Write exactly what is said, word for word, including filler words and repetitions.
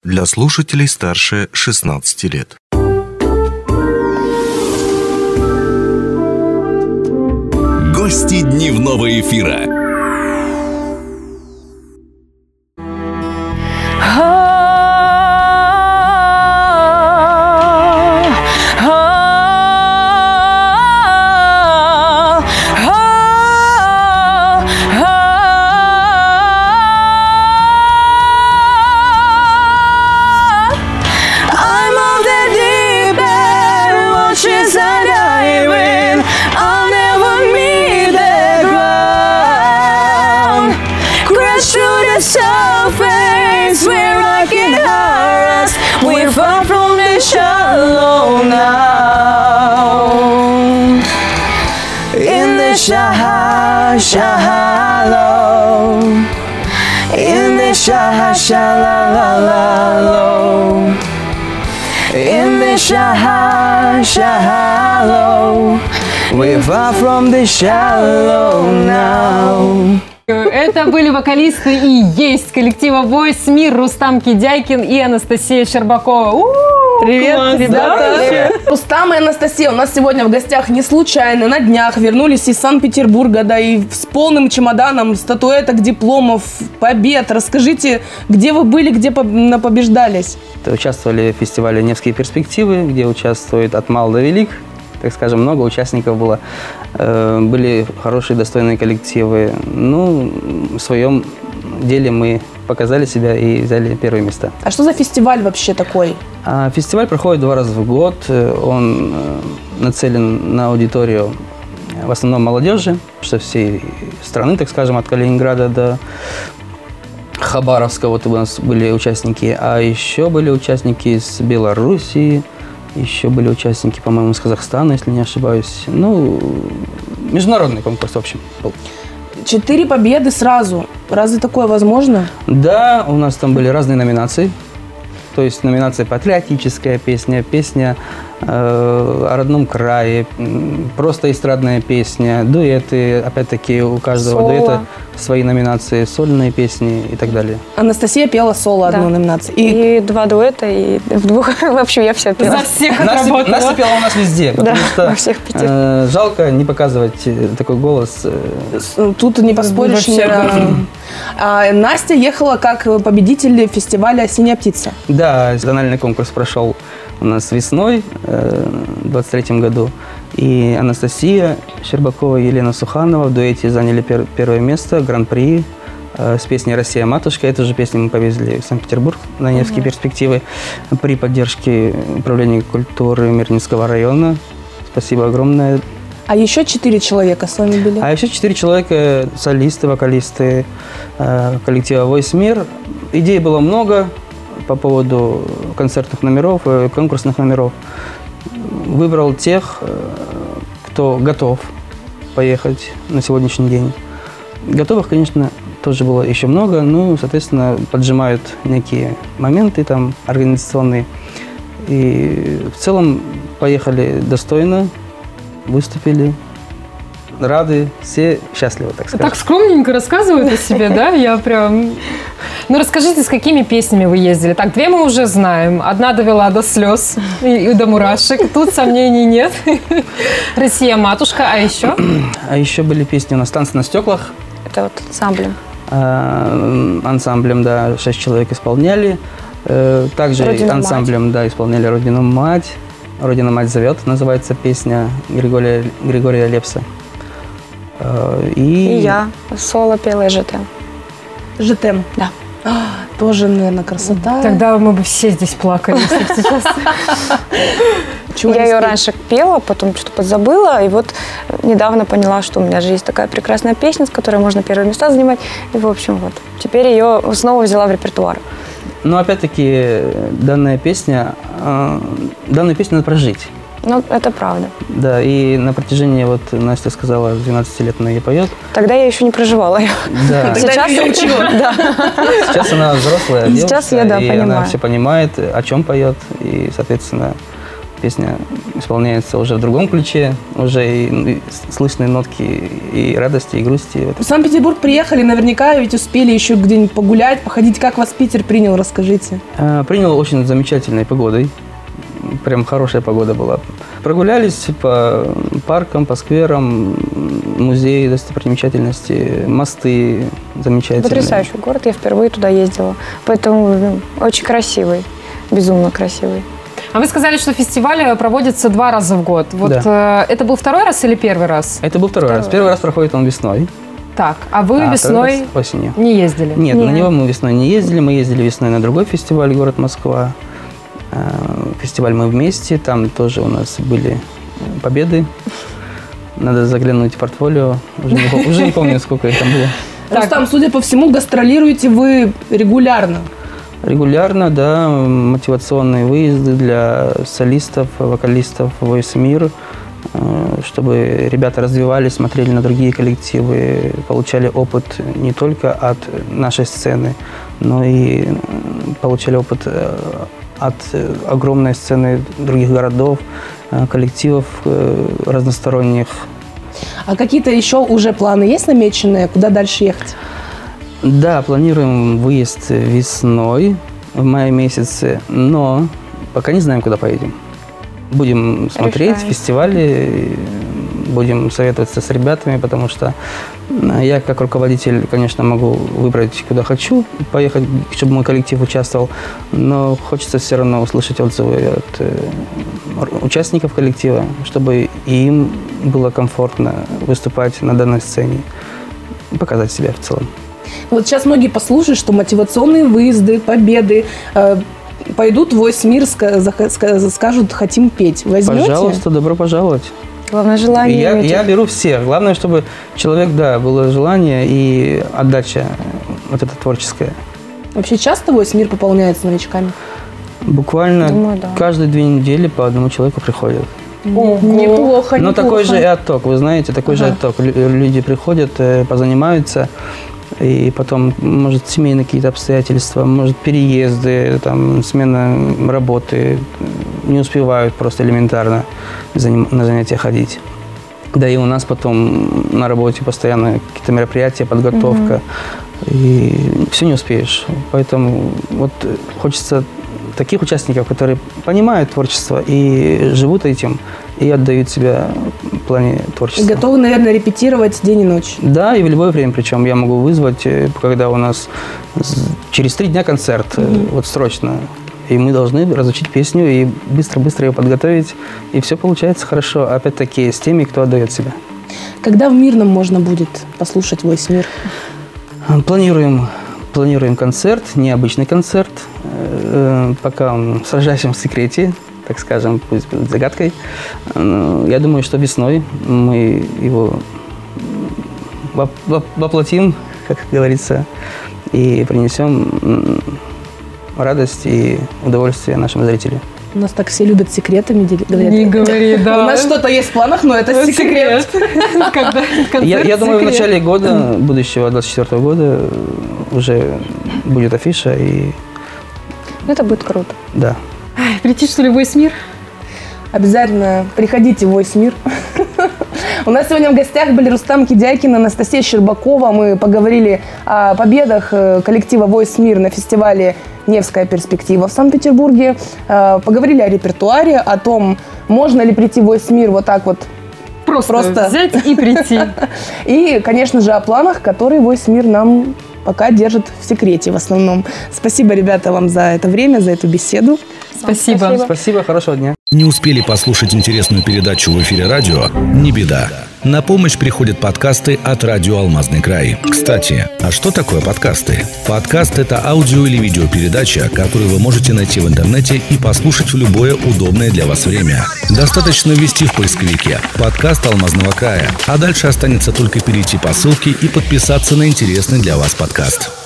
Для слушателей старше шестнадцати лет. Гости дневного эфира. Shallow in the shallow in the shallow we're far from the shallow now. Это были вокалисты и есть коллектива Voice Мир, Рустам Кидяйкин и Анастасия Щербакова. У-у-у, привет, класс, ребята! Да? Привет. Рустам и Анастасия у нас сегодня в гостях не случайно. На днях вернулись из Санкт-Петербурга, да, и с полным чемоданом статуэток, дипломов, побед. Расскажите, где вы были, где побеждались? Участвовали в фестивале «Невские перспективы», где участвует от мал до велик. Так скажем, много участников было. Были хорошие, достойные коллективы. Ну, в своем деле мы показали себя и взяли первые места. А что за фестиваль вообще такой? Фестиваль проходит два раза в год. Он нацелен на аудиторию, в основном молодежи, со всей страны, так скажем, от Калининграда до Хабаровска. Вот у нас были участники. А еще были участники из Белоруссии. Еще были участники, по-моему, из Казахстана, если не ошибаюсь. Ну, международный конкурс, в общем, был. Четыре победы сразу. Разве такое возможно? Да, у нас там были разные номинации. То есть номинация «Патриотическая песня», песня э, о родном крае, просто эстрадная песня, дуэты, опять-таки у каждого соло. Дуэта свои номинации, сольные песни и так далее. Анастасия пела соло, да. Одну номинацию. И... и два дуэта, и в двух, в общем, я все пела. За всех отработала. Настя пела у нас везде, потому да, что во всех пяти. Э, жалко не показывать такой голос. Тут не поспоришь. Не... А, Настя ехала как победитель фестиваля «Синяя птица». Да, зональный конкурс прошел у нас весной э, в двадцать третьем году. И Анастасия Щербакова и Елена Суханова в дуэте заняли пер- первое место, гран-при э, с песней «Россия, матушка». Эту же песню мы повезли в Санкт-Петербург на Невские угу. перспективы при поддержке Управления культуры Мирнинского района. Спасибо огромное. А еще четыре человека с вами были? А еще четыре человека, солисты, вокалисты э, коллектива Voice Мир. Идей было много по поводу концертных номеров, э, конкурсных номеров. Выбрал тех, э, кто готов поехать на сегодняшний день. Готовых, конечно, тоже было еще много, ну, соответственно, поджимают некие моменты там организационные. И в целом поехали достойно, выступили, рады, все счастливы, так сказать. Так скромненько рассказывают о себе, да? Я прям... Ну, расскажите, с какими песнями вы ездили? Так, две мы уже знаем. Одна довела до слез и, и до мурашек. Тут сомнений нет. «Россия, матушка». А еще? А еще были песни у нас «Танцы на стеклах». Это вот ансамблем. А, ансамблем, да, шесть человек исполняли. Также «Родина, ансамблем, мать». да, исполняли «Родину, мать». «Родина, мать зовет» называется песня Григория, Григория Лепса. И... и я соло пела и ЖТ. ЖТ? Да. А, тоже, наверное, красота. Тогда мы бы все здесь плакали, если сейчас. Я ее раньше пела, потом что-то подзабыла, и вот недавно поняла, что у меня же есть такая прекрасная песня, с которой можно первые места занимать. И, в общем, вот. Теперь ее снова взяла в репертуар. Но, опять-таки, данная песня, данную песню надо прожить. Ну, это правда. Да, и на протяжении, вот Настя сказала, двенадцати лет она ее поет. Тогда я еще не проживала ее. Да. Сейчас я учила. Да. Сейчас она взрослая девушка, сейчас я, да, и понимаю. Она все понимает, о чем поет, и, соответственно, песня исполняется уже в другом ключе, уже и, и слышны нотки и радости, и грусти. В Санкт-Петербург приехали, наверняка ведь успели еще где-нибудь погулять, походить. Как вас Питер принял, расскажите. А, принял очень замечательной погодой. Прям хорошая погода была. Прогулялись по паркам, по скверам, музеи, достопримечательности, мосты замечательные. Потрясающий город, я впервые туда ездила. Поэтому ну, очень красивый, безумно красивый. А вы сказали, что фестиваль проводится два раза в год. Вот Да. э, это был второй раз или первый раз? Это был второй, Второй. раз. Первый раз проходит он весной. Так, а вы а весной второй раз осенью. не ездили? Нет, Нет. на него мы весной не ездили. Мы ездили весной на другой фестиваль, город Москва. Фестиваль «Мы вместе». Там тоже у нас были победы. Надо заглянуть в портфолио. Уже не, пом- уже не помню, сколько их там было. Рустам, судя по всему, гастролируете вы регулярно. Регулярно, да, мотивационные выезды для солистов, вокалистов Voice Мир, э, чтобы ребята развивались, смотрели на другие коллективы, получали опыт не только от нашей сцены, но и получали опыт э, от огромной сцены других городов, э, коллективов э, разносторонних. А какие-то еще уже планы есть намеченные? Куда дальше ехать? Да, планируем выезд весной, в мае месяце, но пока не знаем, куда поедем. Будем смотреть Решаем. фестивали, будем советоваться с ребятами, потому что я как руководитель, конечно, могу выбрать, куда хочу поехать, чтобы мой коллектив участвовал, но хочется все равно услышать отзывы от э, участников коллектива, чтобы и им было комфортно выступать на данной сцене, показать себя в целом. Вот сейчас многие послушают, что мотивационные выезды, победы, э, пойдут в Voice Мир, ска- заха- ска- скажут, хотим петь. Возьмете? Пожалуйста, добро пожаловать. Главное желание. Я, этих- я беру всех. Главное, чтобы человек, да, было желание и отдача вот эта творческая. Вообще часто Voice Мир пополняется новичками? Буквально Думаю, да. каждые две недели по одному человеку приходят. Неплохо, неплохо. Но такой же и отток, вы знаете, такой же Ага. отток. Лю- Люди приходят, э, позанимаются, и потом, может, семейные какие-то обстоятельства, может, переезды, там, смена работы, не успевают просто элементарно заним- на занятия ходить. Да и у нас потом на работе постоянно какие-то мероприятия, подготовка, и все не успеешь. Поэтому вот хочется таких участников, которые понимают творчество и живут этим, и отдают себя в плане И творчества. готовы, наверное, репетировать день и ночь. Да, и в любое время, причем я могу вызвать, э, когда у нас с- через три дня концерт, э, вот срочно, и мы должны разучить песню и быстро-быстро ее подготовить, и все получается хорошо, опять-таки, с теми, кто отдает себя. Когда в Мирном можно будет послушать Voice Мир? Планируем, планируем концерт, необычный концерт, э, пока он в строжайшем секрете, так скажем, пусть будет загадкой. Э, Я думаю, что весной мы его воп- воп- воплотим, как говорится, и принесем м, радость и удовольствие нашим зрителям. У нас так все любят секретами дели- говорят. Не говори, да. У нас что-то есть в планах, но это секрет. Когда концерт Я, я думаю, в секрет. начале года, будущего двадцать четвёртого года, э, уже будет афиша, и Это будет круто. да. Ай, прийти, что ли, в Voice Мир? Обязательно приходите в Voice Мир. У нас сегодня в гостях были Рустам Кидякин, Анастасия Щербакова. Мы поговорили о победах э, коллектива Voice Мир на фестивале «Невская перспектива» в Санкт-Петербурге. Э, Поговорили о репертуаре, о том, можно ли прийти в Voice Мир вот так вот. Просто, Просто. взять и прийти. И, конечно же, о планах, которые Voice Мир нам пока держит в секрете в основном. Спасибо, ребята, вам за это время, за эту беседу. Спасибо. Спасибо. Спасибо, хорошего дня. Не успели послушать интересную передачу в эфире радио? Не беда. На помощь приходят подкасты от радио «Алмазный край». Кстати, а что такое подкасты? Подкаст – это аудио- или видеопередача, которую вы можете найти в интернете и послушать в любое удобное для вас время. Достаточно ввести в поисковике «Подкаст Алмазного края», а дальше останется только перейти по ссылке и подписаться на интересный для вас подкаст.